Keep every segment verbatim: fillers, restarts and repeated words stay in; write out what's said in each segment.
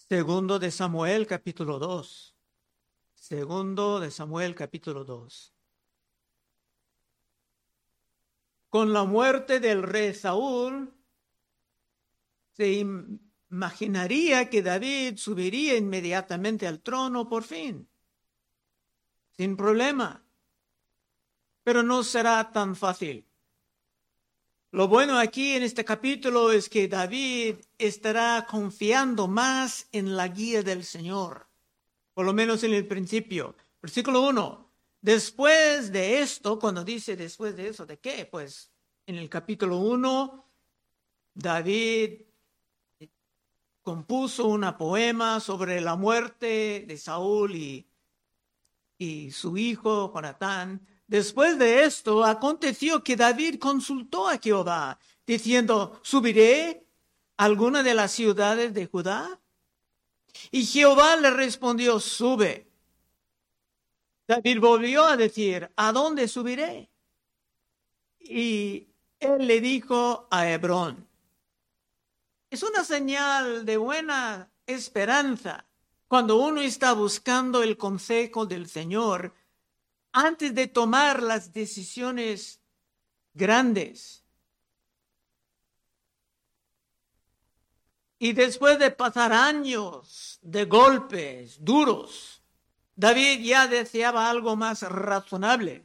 Segundo de Samuel, capítulo dos. Segundo de Samuel, capítulo dos. Con la muerte del rey Saúl, se imaginaría que David subiría inmediatamente al trono por fin, sin problema. Pero no será tan fácil. Lo bueno aquí en este capítulo es que David estará confiando más en la guía del Señor, por lo menos en el principio. Versículo uno. Después de esto, cuando dice después de eso, ¿de qué? Pues en el capítulo uno, David compuso una poema sobre la muerte de Saúl y, y su hijo Jonatán. Después de esto, aconteció que David consultó a Jehová, diciendo, ¿subiré a alguna de las ciudades de Judá? Y Jehová le respondió, sube. David volvió a decir, ¿a dónde subiré? Y él le dijo a Hebrón. Es una señal de buena esperanza cuando uno está buscando el consejo del Señor antes de tomar las decisiones grandes. Y después de pasar años de golpes duros, David ya deseaba algo más razonable.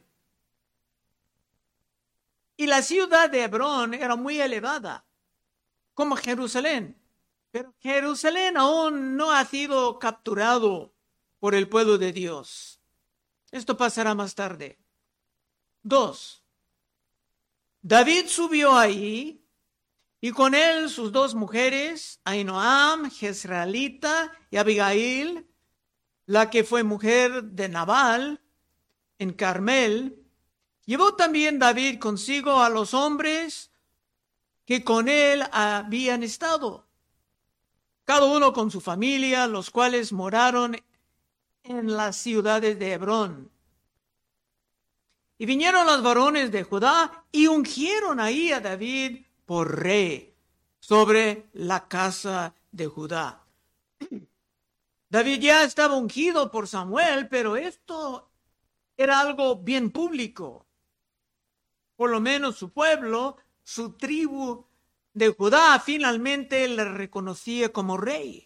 Y la ciudad de Hebrón era muy elevada, como Jerusalén. Pero Jerusalén aún no ha sido capturado por el pueblo de Dios. Esto pasará más tarde. Dos. David subió ahí y con él sus dos mujeres, Ahinoam, Jezreelita, y Abigail, la que fue mujer de Nabal en Carmel. Llevó también David consigo a los hombres que con él habían estado, cada uno con su familia, los cuales moraron en las ciudades de Hebrón. Y vinieron los varones de Judá y ungieron ahí a David por rey sobre la casa de Judá. David ya estaba ungido por Samuel, pero esto era algo bien público. Por lo menos su pueblo, su tribu de Judá, finalmente le reconocía como rey.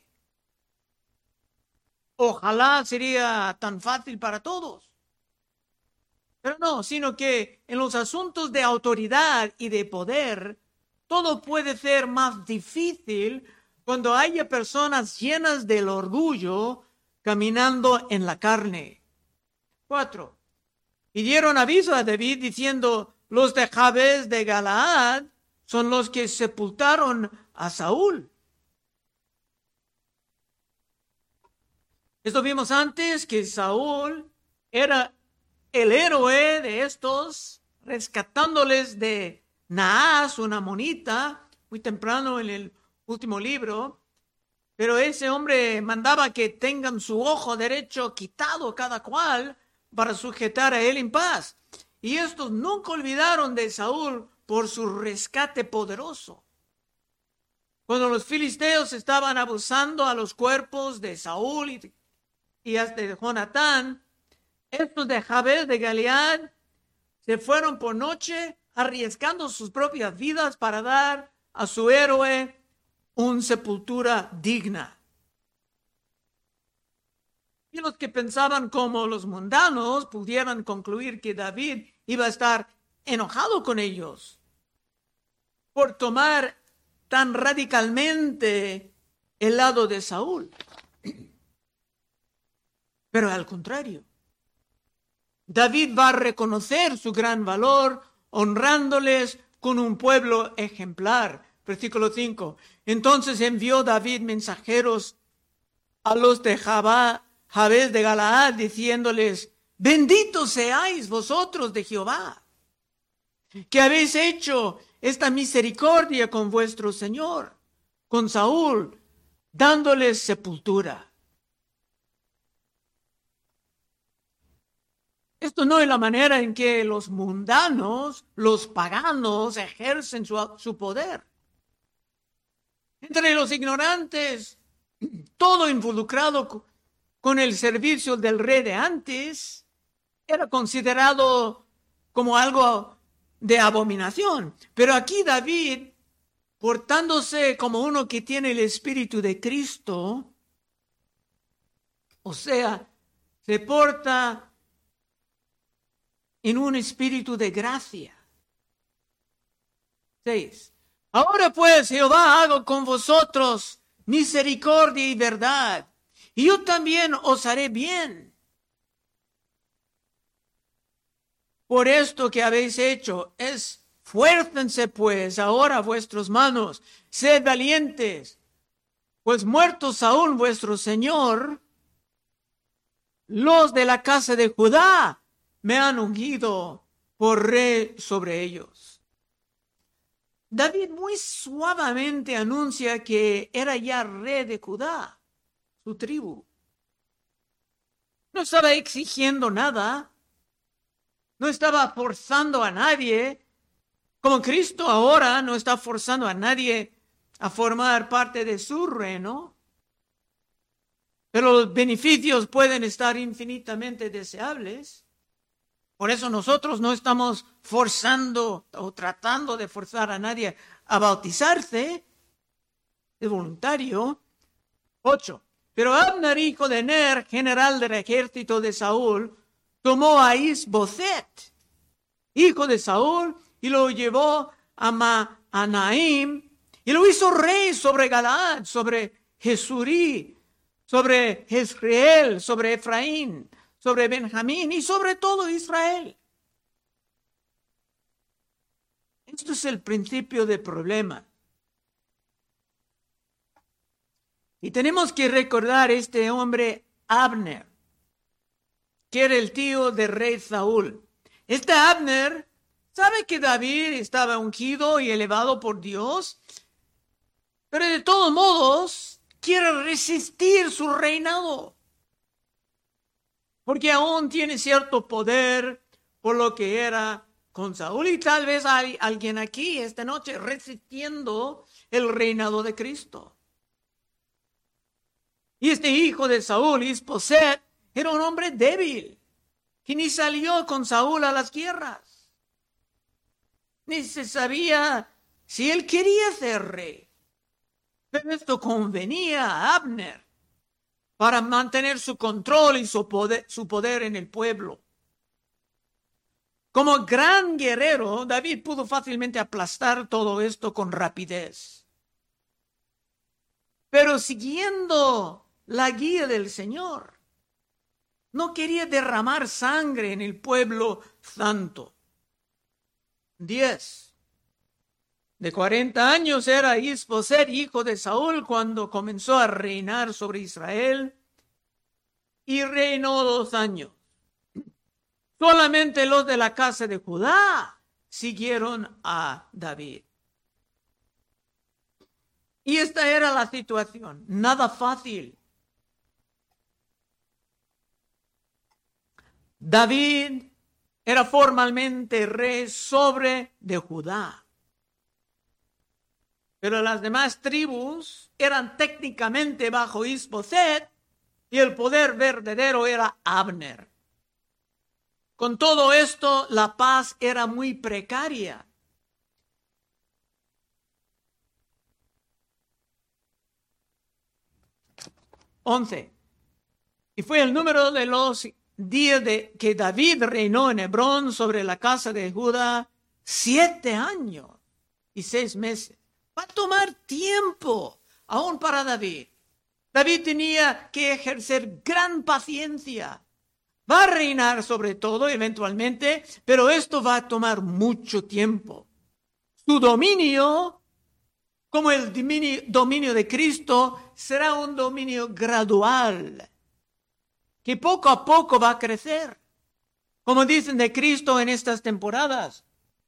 Ojalá sería tan fácil para todos. Pero no, sino que en los asuntos de autoridad y de poder, todo puede ser más difícil cuando haya personas llenas del orgullo caminando en la carne. Cuatro. Y dieron aviso a David diciendo, los de Jabes de Galaad son los que sepultaron a Saúl. Esto vimos antes, que Saúl era el héroe de estos, rescatándoles de Naas, una amonita, muy temprano en el último libro. Pero ese hombre mandaba que tengan su ojo derecho quitado cada cual para sujetar a él en paz. Y estos nunca olvidaron de Saúl por su rescate poderoso. Cuando los filisteos estaban abusando a los cuerpos de Saúl y, y hasta de Jonatán, estos de Jabes de Galead se fueron por noche arriesgando sus propias vidas para dar a su héroe una sepultura digna. Y los que pensaban como los mundanos pudieran concluir que David iba a estar enojado con ellos por tomar tan radicalmente el lado de Saúl. Pero al contrario, David va a reconocer su gran valor honrándoles con un pueblo ejemplar. Versículo cinco. Entonces envió David mensajeros a los de Jabá, Jabes de Galaad, diciéndoles, benditos seáis vosotros de Jehová, que habéis hecho esta misericordia con vuestro Señor, con Saúl, dándoles sepultura. Esto no es la manera en que los mundanos, los paganos, ejercen su, su poder. Entre los ignorantes todo involucrado con el servicio del rey de antes, era considerado como algo de abominación. Pero aquí David, portándose como uno que tiene el Espíritu de Cristo, o sea, se porta en un espíritu de gracia. Seis. Ahora pues, Jehová, hago con vosotros misericordia y verdad, y yo también os haré bien. Por esto que habéis hecho, es fuércense pues ahora vuestras manos, sed valientes, pues muertos aún vuestro Señor, los de la casa de Judá me han ungido por rey sobre ellos. David muy suavemente anuncia que era ya rey de Judá, su tribu. No estaba exigiendo nada, no estaba forzando a nadie, como Cristo ahora no está forzando a nadie a formar parte de su reino. Pero los beneficios pueden estar infinitamente deseables. Por eso nosotros no estamos forzando o tratando de forzar a nadie a bautizarse. Es voluntario. Ocho. Pero Abner, hijo de Ner, general del ejército de Saúl, tomó a Isboset, hijo de Saúl, y lo llevó a Mahanaim, y lo hizo rey sobre Galaad, sobre Jesurí, sobre Jezreel, sobre Efraín, sobre Benjamín y sobre todo Israel. Esto es el principio del problema. Y tenemos que recordar este hombre Abner, que era el tío del rey Saúl. Este Abner sabe que David estaba ungido y elevado por Dios, pero de todos modos quiere resistir su reinado, porque aún tiene cierto poder por lo que era con Saúl. Y tal vez hay alguien aquí esta noche resistiendo el reinado de Cristo. Y este hijo de Saúl, Isboset, era un hombre débil, que ni salió con Saúl a las guerras. Ni se sabía si él quería ser rey. Pero esto convenía a Abner para mantener su control y su poder, su poder en el pueblo. Como gran guerrero, David pudo fácilmente aplastar todo esto con rapidez. Pero siguiendo la guía del Señor, no quería derramar sangre en el pueblo santo. Diez. De cuarenta años era Isboset, hijo de Saúl, cuando comenzó a reinar sobre Israel, y reinó dos años. Solamente los de la casa de Judá siguieron a David. Y esta era la situación, nada fácil. David era formalmente rey sobre de Judá, pero las demás tribus eran técnicamente bajo Isboset y el poder verdadero era Abner. Con todo esto, la paz era muy precaria. Once. Y fue el número de los días de que David reinó en Hebrón sobre la casa de Judá siete años y seis meses. Va a tomar tiempo aún para David. David tenía que ejercer gran paciencia. Va a reinar sobre todo eventualmente, pero esto va a tomar mucho tiempo. Su dominio, como el dominio, dominio de Cristo, será un dominio gradual, que poco a poco va a crecer, como dicen de Cristo en estas temporadas.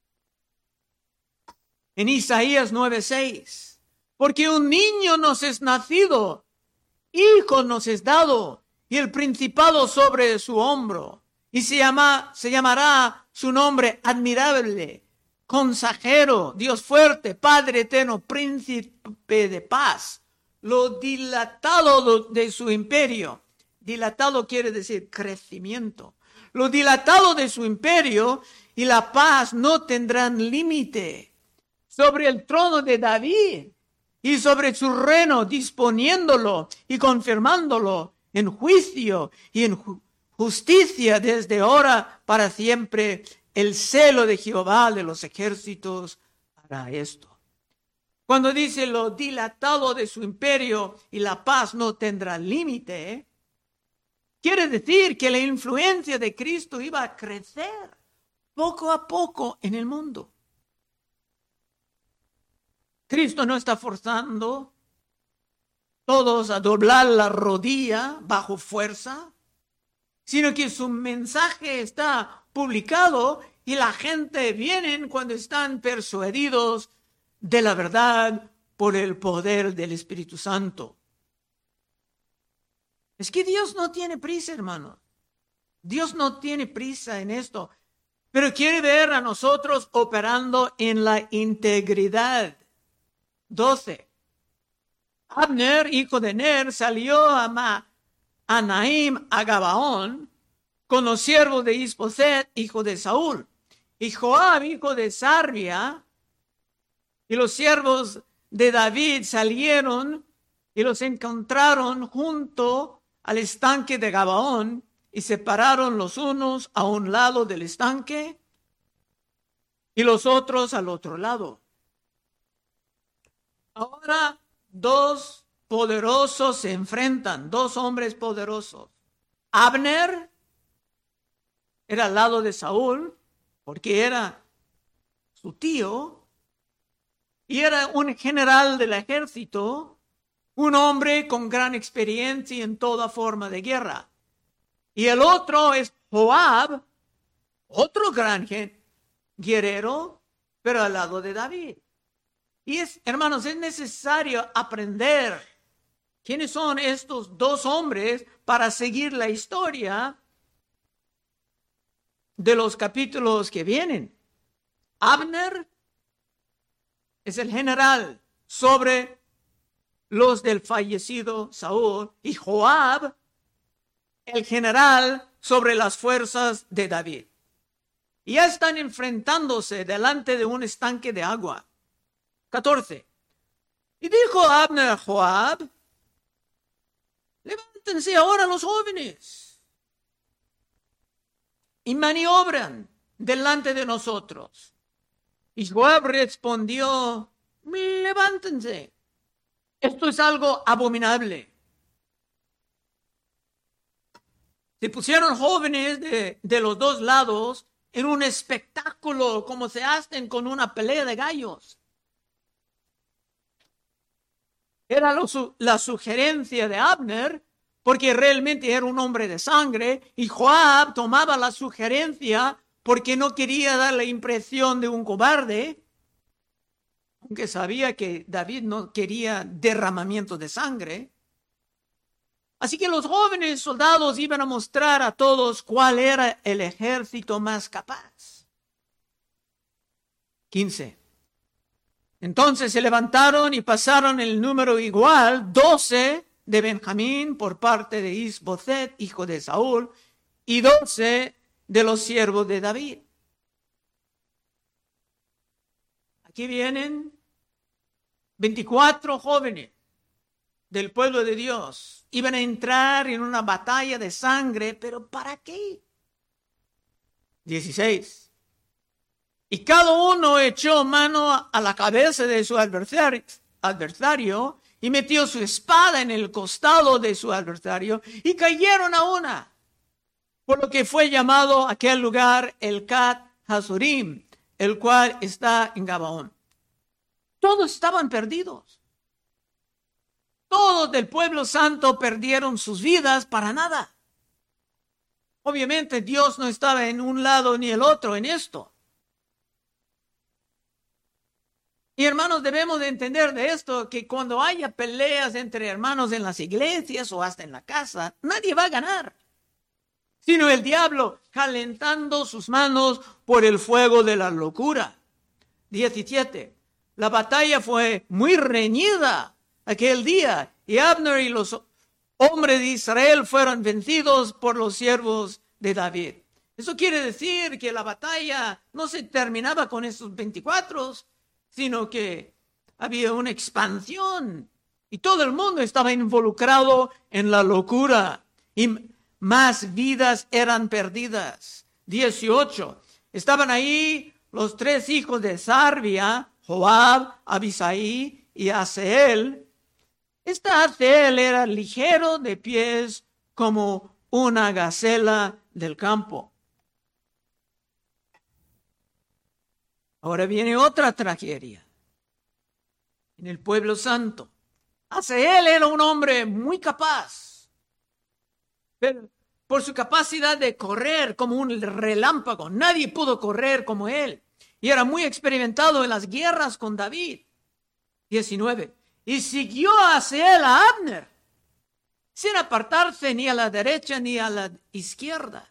En Isaías nueve seis, porque un niño nos es nacido, hijo nos es dado, y el principado sobre su hombro, y se llama, se llamará su nombre admirable, consejero, Dios fuerte, Padre eterno, príncipe de paz. lo dilatado de su imperio. Dilatado quiere decir crecimiento. Lo dilatado de su imperio y la paz no tendrán límite sobre el trono de David y sobre su reino, disponiéndolo y confirmándolo en juicio y en justicia desde ahora para siempre. El celo de Jehová de los ejércitos hará esto. Cuando dice lo dilatado de su imperio y la paz no tendrá límite, ¿eh? quiere decir que la influencia de Cristo iba a crecer poco a poco en el mundo. Cristo no está forzando todos a doblar la rodilla bajo fuerza, sino que su mensaje está publicado y la gente viene cuando están persuadidos de la verdad por el poder del Espíritu Santo. Es que Dios no tiene prisa, hermano. Dios no tiene prisa en esto, pero quiere ver a nosotros operando en la integridad. doce. Abner, hijo de Ner, salió a Mahanaim, a Gabaón, con los siervos de Isboset, hijo de Saúl, y Joab, hijo de Sarvia, y los siervos de David salieron y los encontraron junto al estanque de Gabaón y se pararon los unos a un lado del estanque y los otros al otro lado. Ahora dos poderosos se enfrentan, dos hombres poderosos. Abner era al lado de Saúl porque era su tío y era un general del ejército, un hombre con gran experiencia en toda forma de guerra. Y el otro es Joab, otro gran guerrero, pero al lado de David. Y es, hermanos, es necesario aprender quiénes son estos dos hombres para seguir la historia de los capítulos que vienen. Abner es el general sobre los del fallecido Saúl y Joab, el general sobre las fuerzas de David. Y ya están enfrentándose delante de un estanque de agua. catorce. Y dijo Abner a Joab: levántense ahora los jóvenes y maniobran delante de nosotros. Y Joab respondió: levántense, esto es algo abominable. Se pusieron jóvenes de, de los dos lados en un espectáculo como se hacen con una pelea de gallos. Era lo, la sugerencia de Abner, porque realmente era un hombre de sangre, y Joab tomaba la sugerencia porque no quería dar la impresión de un cobarde, aunque sabía que David no quería derramamiento de sangre. Así que los jóvenes soldados iban a mostrar a todos cuál era el ejército más capaz. quince. Entonces se levantaron y pasaron el número igual, doce de Benjamín por parte de Isboset, hijo de Saúl, y doce de los siervos de David. Aquí vienen veinticuatro jóvenes del pueblo de Dios. Iban a entrar en una batalla de sangre, pero ¿para qué? dieciséis. Y cada uno echó mano a la cabeza de su adversario, adversario y metió su espada en el costado de su adversario y cayeron a una, por lo que fue llamado aquel lugar el Cat Hazorim, el cual está en Gabaón. Todos estaban perdidos. Todos del pueblo santo perdieron sus vidas para nada. Obviamente Dios no estaba en un lado ni el otro en esto. Y hermanos, debemos de entender de esto, que cuando haya peleas entre hermanos en las iglesias o hasta en la casa, nadie va a ganar, sino el diablo calentando sus manos por el fuego de la locura. diecisiete. La batalla fue muy reñida, aquel día, y Abner y los hombres de Israel fueron vencidos por los siervos de David. Eso quiere decir que la batalla no se terminaba con esos veinticuatro, sino que había una expansión y todo el mundo estaba involucrado en la locura y más vidas eran perdidas. dieciocho. Estaban ahí los tres hijos de Sarvia, Joab, Abisai y Asahel. Este Asahel era ligero de pies como una gacela del campo. Ahora viene otra tragedia en el pueblo santo. Asahel era un hombre muy capaz, pero por su capacidad de correr como un relámpago, nadie pudo correr como él. Y era muy experimentado en las guerras con David. diecinueve. Y siguió a Asahel a Abner, sin apartarse ni a la derecha ni a la izquierda.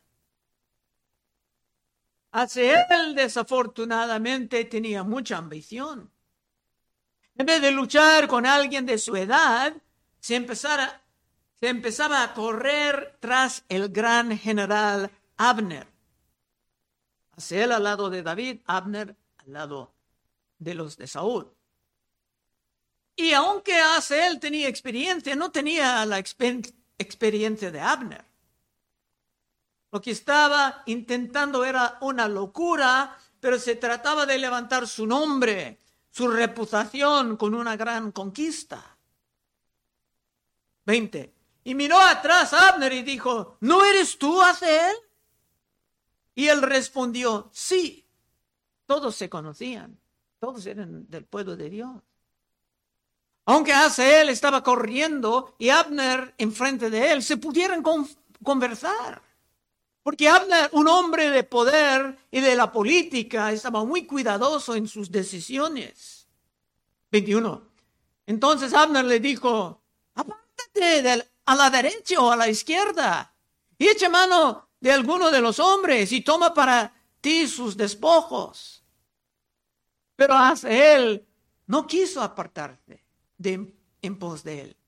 Asahel desafortunadamente tenía mucha ambición. En vez de luchar con alguien de su edad, se, empezara, se empezaba a correr tras el gran general Abner. Asahel al lado de David, Abner al lado de los de Saúl. Y aunque Asahel tenía experiencia, no tenía la exper- experiencia de Abner. Lo que estaba intentando era una locura, pero se trataba de levantar su nombre, su reputación con una gran conquista. veinte. Y miró atrás a Abner y dijo, ¿no eres tú, Asahel? Y él respondió, sí. Todos se conocían, todos eran del pueblo de Dios. Aunque Asahel estaba corriendo y Abner enfrente de él, se pudieran con- conversar. Porque Abner, un hombre de poder y de la política, estaba muy cuidadoso en sus decisiones. veintiuno. Entonces Abner le dijo, apártate de, a la derecha o a la izquierda y echa mano de alguno de los hombres y toma para ti sus despojos. Pero Asahel no quiso apartarse de, en pos de él.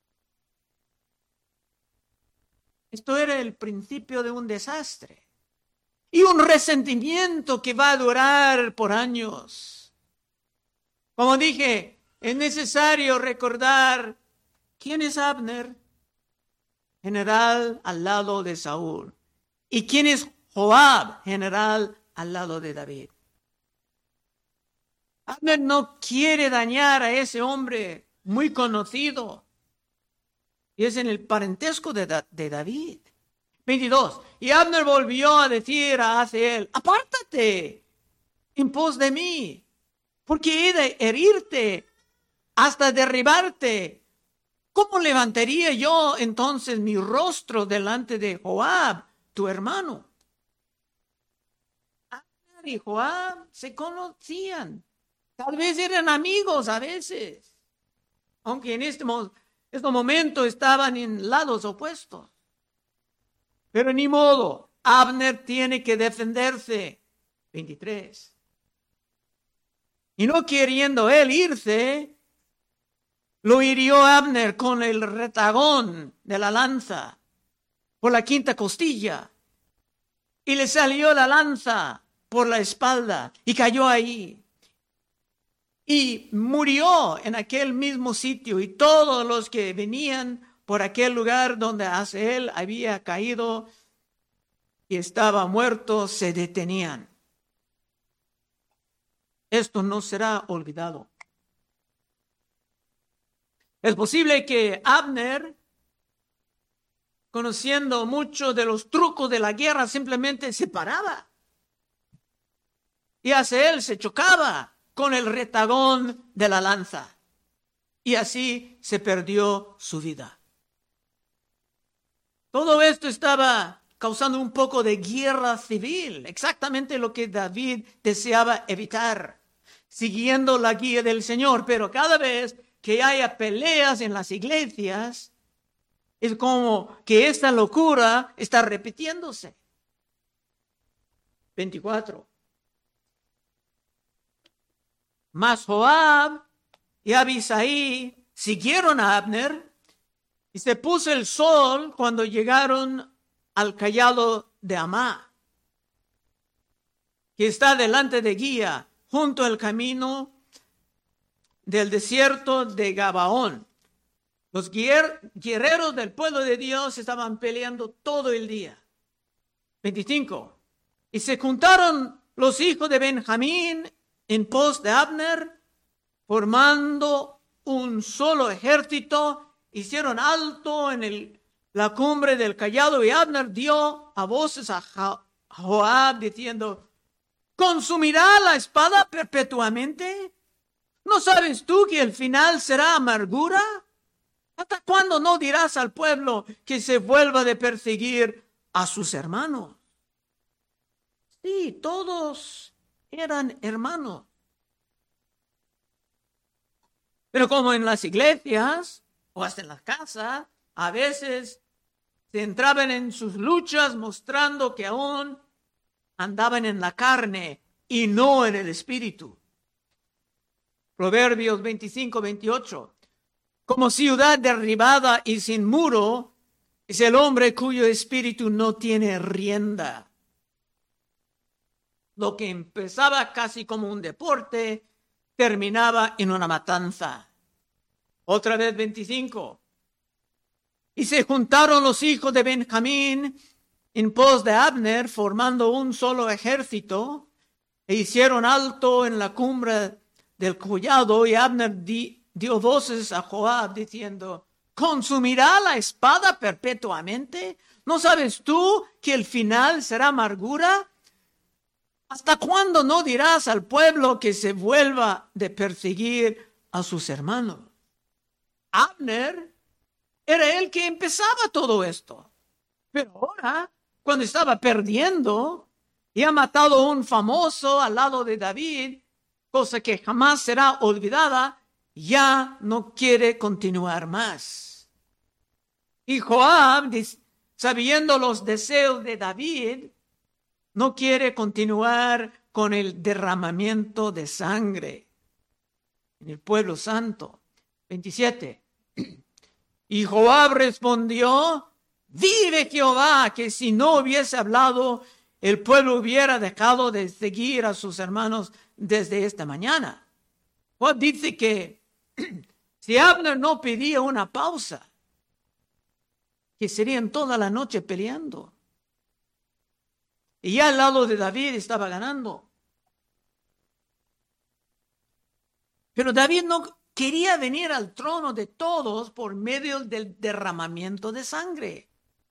Esto era el principio de un desastre y un resentimiento que va a durar por años. Como dije, es necesario recordar quién es Abner, general al lado de Saúl, y quién es Joab, general al lado de David. Abner no quiere dañar a ese hombre muy conocido. Y es en el parentesco de, da- de David. veintidós. Y Abner volvió a decir a Asahel, apártate en pos de mí, porque he de herirte hasta derribarte. ¿Cómo levantaría yo entonces mi rostro delante de Joab, tu hermano? Abner y Joab se conocían. Tal vez eran amigos a veces, aunque en este momento En estos momentos estaban en lados opuestos. Pero ni modo, Abner tiene que defenderse. veintitrés. Y no queriendo él irse, lo hirió Abner con el retagón de la lanza por la quinta costilla. Y le salió la lanza por la espalda y cayó ahí. Y murió en aquel mismo sitio, y todos los que venían por aquel lugar donde Asahel había caído y estaba muerto se detenían. Esto no será olvidado. Es posible que Abner, conociendo mucho de los trucos de la guerra, simplemente se paraba y Asahel se chocaba con el retagón de la lanza. Y así se perdió su vida. Todo esto estaba causando un poco de guerra civil, exactamente lo que David deseaba evitar, siguiendo la guía del Señor. Pero cada vez que haya peleas en las iglesias, es como que esta locura está repitiéndose. veinticuatro. Mas Joab y Abisai siguieron a Abner y se puso el sol cuando llegaron al collado de Amá, que está delante de Guía, junto al camino del desierto de Gabaón. Los guerreros del pueblo de Dios estaban peleando todo el día. veinticinco. Y se juntaron los hijos de Benjamín en pos de Abner, formando un solo ejército. Hicieron alto en el, la cumbre del collado y Abner dio a voces a Joab diciendo: ¿consumirá la espada perpetuamente? ¿No sabes tú que el final será amargura? ¿Hasta cuándo no dirás al pueblo que se vuelva de perseguir a sus hermanos? Sí, todos eran hermanos. Pero como en las iglesias o hasta en las casas, a veces se entraban en sus luchas mostrando que aún andaban en la carne y no en el espíritu. Proverbios veinticinco, veintiocho. Como ciudad derribada y sin muro es el hombre cuyo espíritu no tiene rienda. Lo que empezaba casi como un deporte terminaba en una matanza. Otra vez veinticinco. Y se juntaron los hijos de Benjamín en pos de Abner, formando un solo ejército, e hicieron alto en la cumbre del collado, y Abner di, dio voces a Joab diciendo: ¿consumirá la espada perpetuamente? ¿No sabes tú que el final será amargura? ¿Hasta cuándo no dirás al pueblo que se vuelva de perseguir a sus hermanos? Abner era el que empezaba todo esto. Pero ahora, cuando estaba perdiendo y ha matado a un famoso al lado de David, cosa que jamás será olvidada, ya no quiere continuar más. Y Joab, sabiendo los deseos de David, no quiere continuar con el derramamiento de sangre en el pueblo santo. veintisiete. Y Joab respondió: vive Jehová, que si no hubiese hablado, el pueblo hubiera dejado de seguir a sus hermanos desde esta mañana. Joab dice que si Abner no pedía una pausa, que serían toda la noche peleando. Y ya al lado de David estaba ganando. Pero David no quería venir al trono de todos por medio del derramamiento de sangre.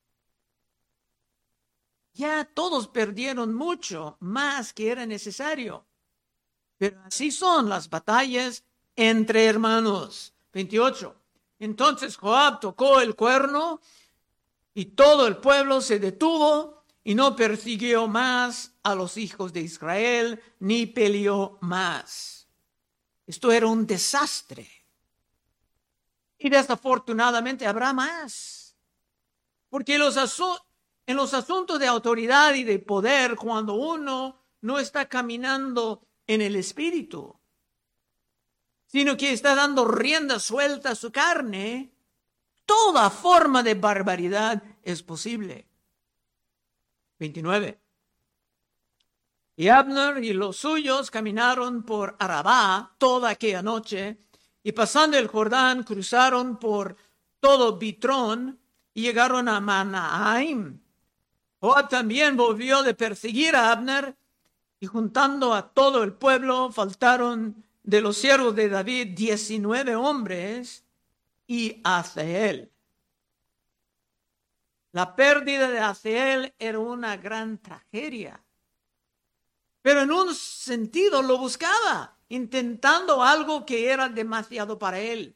Ya todos perdieron mucho más que era necesario. Pero así son las batallas entre hermanos. veintiocho. Entonces Joab tocó el cuerno y todo el pueblo se detuvo y no persiguió más a los hijos de Israel ni peleó más. Esto era un desastre. Y desafortunadamente habrá más. Porque los asuntos En los asuntos de autoridad y de poder, cuando uno no está caminando en el espíritu, sino que está dando rienda suelta a su carne, toda forma de barbaridad es posible. veintinueve. Y Abner y los suyos caminaron por Arabá toda aquella noche, y pasando el Jordán cruzaron por todo Bitrón y llegaron a Mahanaim. Joab también volvió de perseguir a Abner, y juntando a todo el pueblo, faltaron de los siervos de David diecinueve hombres y Asahel. La pérdida de Asahel era una gran tragedia, pero en un sentido lo buscaba, intentando algo que era demasiado para él.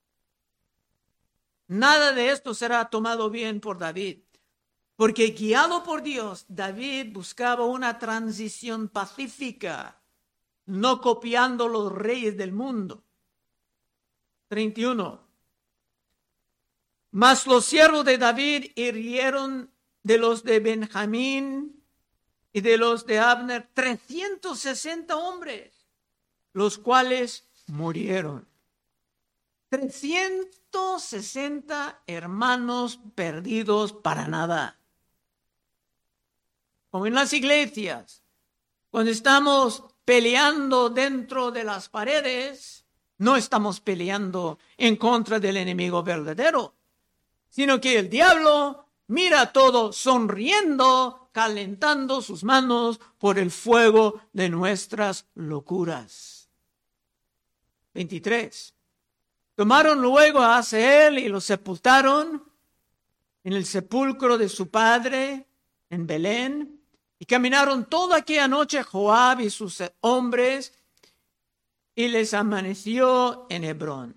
Nada de esto será tomado bien por David. Porque guiado por Dios, David buscaba una transición pacífica, no copiando los reyes del mundo. treinta y uno. Mas los siervos de David hirieron de los de Benjamín y de los de Abner trescientos sesenta hombres, los cuales murieron. trescientos sesenta hermanos perdidos para nada. Como en las iglesias, cuando estamos peleando dentro de las paredes, no estamos peleando en contra del enemigo verdadero, sino que el diablo mira todo sonriendo, calentando sus manos por el fuego de nuestras locuras. veintitrés. Tomaron luego a Asael y lo sepultaron en el sepulcro de su padre en Belén. Y caminaron toda aquella noche Joab y sus hombres, y les amaneció en Hebrón.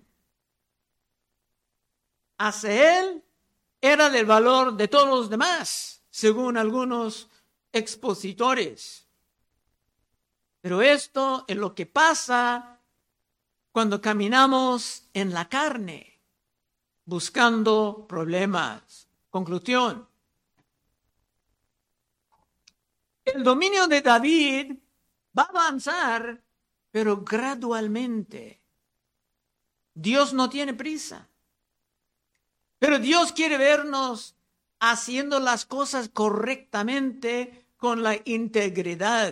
Asael era del valor de todos los demás, según algunos expositores. Pero esto es lo que pasa cuando caminamos en la carne, buscando problemas. Conclusión. El dominio de David va a avanzar, pero gradualmente. Dios no tiene prisa. Pero Dios quiere vernos haciendo las cosas correctamente con la integridad.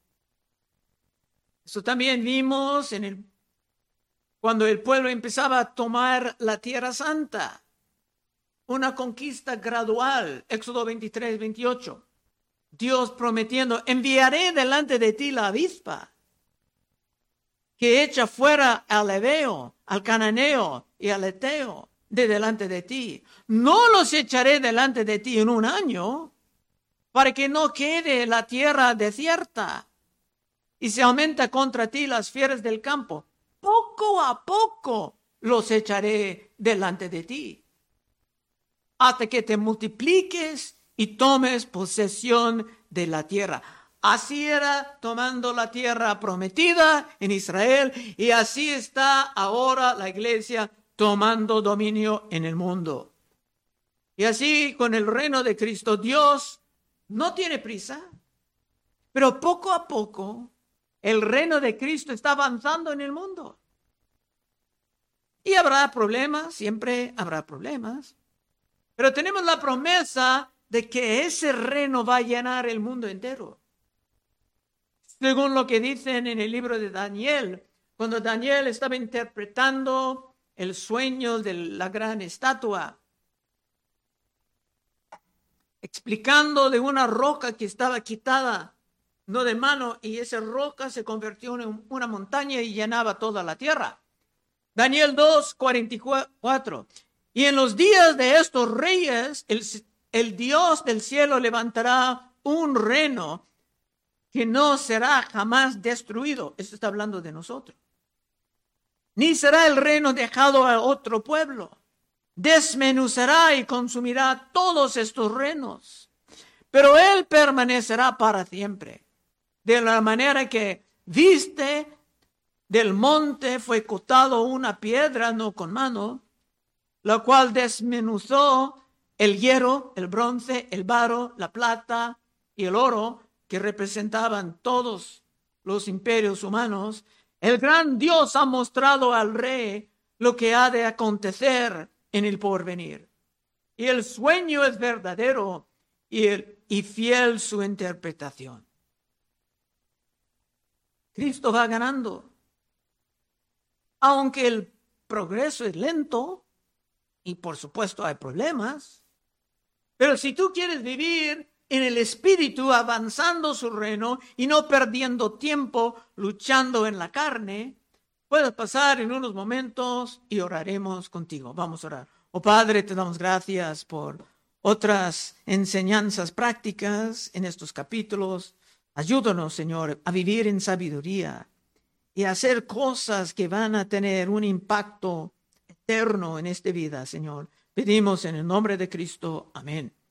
Eso también vimos en el, cuando el pueblo empezaba a tomar la tierra santa. Una conquista gradual. Éxodo veintitrés, veintiocho. Dios prometiendo, enviaré delante de ti la avispa que echa fuera al Ebeo, al Cananeo y al Eteo de delante de ti. No los echaré delante de ti en un año, para que no quede la tierra desierta y se aumenta contra ti las fieras del campo. Poco a poco los echaré delante de ti, hasta que te multipliques y tomes posesión de la tierra. Así era tomando la tierra prometida en Israel, y así está ahora la iglesia tomando dominio en el mundo. Y así con el reino de Cristo, Dios no tiene prisa, pero poco a poco el reino de Cristo está avanzando en el mundo. Y habrá problemas, siempre habrá problemas, pero tenemos la promesa de que ese reino va a llenar el mundo entero. Según lo que dicen en el libro de Daniel, cuando Daniel estaba interpretando el sueño de la gran estatua, explicando de una roca que estaba quitada, no de mano, y esa roca se convirtió en una montaña y llenaba toda la tierra. Daniel dos, cuarenta y cuatro. Y en los días de estos reyes, el El Dios del cielo levantará un reino que no será jamás destruido. Esto está hablando de nosotros. Ni será el reino dejado a otro pueblo. Desmenuzará y consumirá todos estos reinos. Pero él permanecerá para siempre. De la manera que viste del monte fue cortado una piedra, no con mano, la cual desmenuzó el hierro, el bronce, el barro, la plata y el oro, que representaban todos los imperios humanos. El gran Dios ha mostrado al rey lo que ha de acontecer en el porvenir. Y el sueño es verdadero y, el, y fiel su interpretación. Cristo va ganando. Aunque el progreso es lento y por supuesto hay problemas, pero si tú quieres vivir en el Espíritu, avanzando su reino y no perdiendo tiempo luchando en la carne, puedes pasar en unos momentos y oraremos contigo. Vamos a orar. Oh Padre, te damos gracias por otras enseñanzas prácticas en estos capítulos. Ayúdanos, Señor, a vivir en sabiduría y a hacer cosas que van a tener un impacto eterno en esta vida, Señor. Pedimos en el nombre de Cristo. Amén.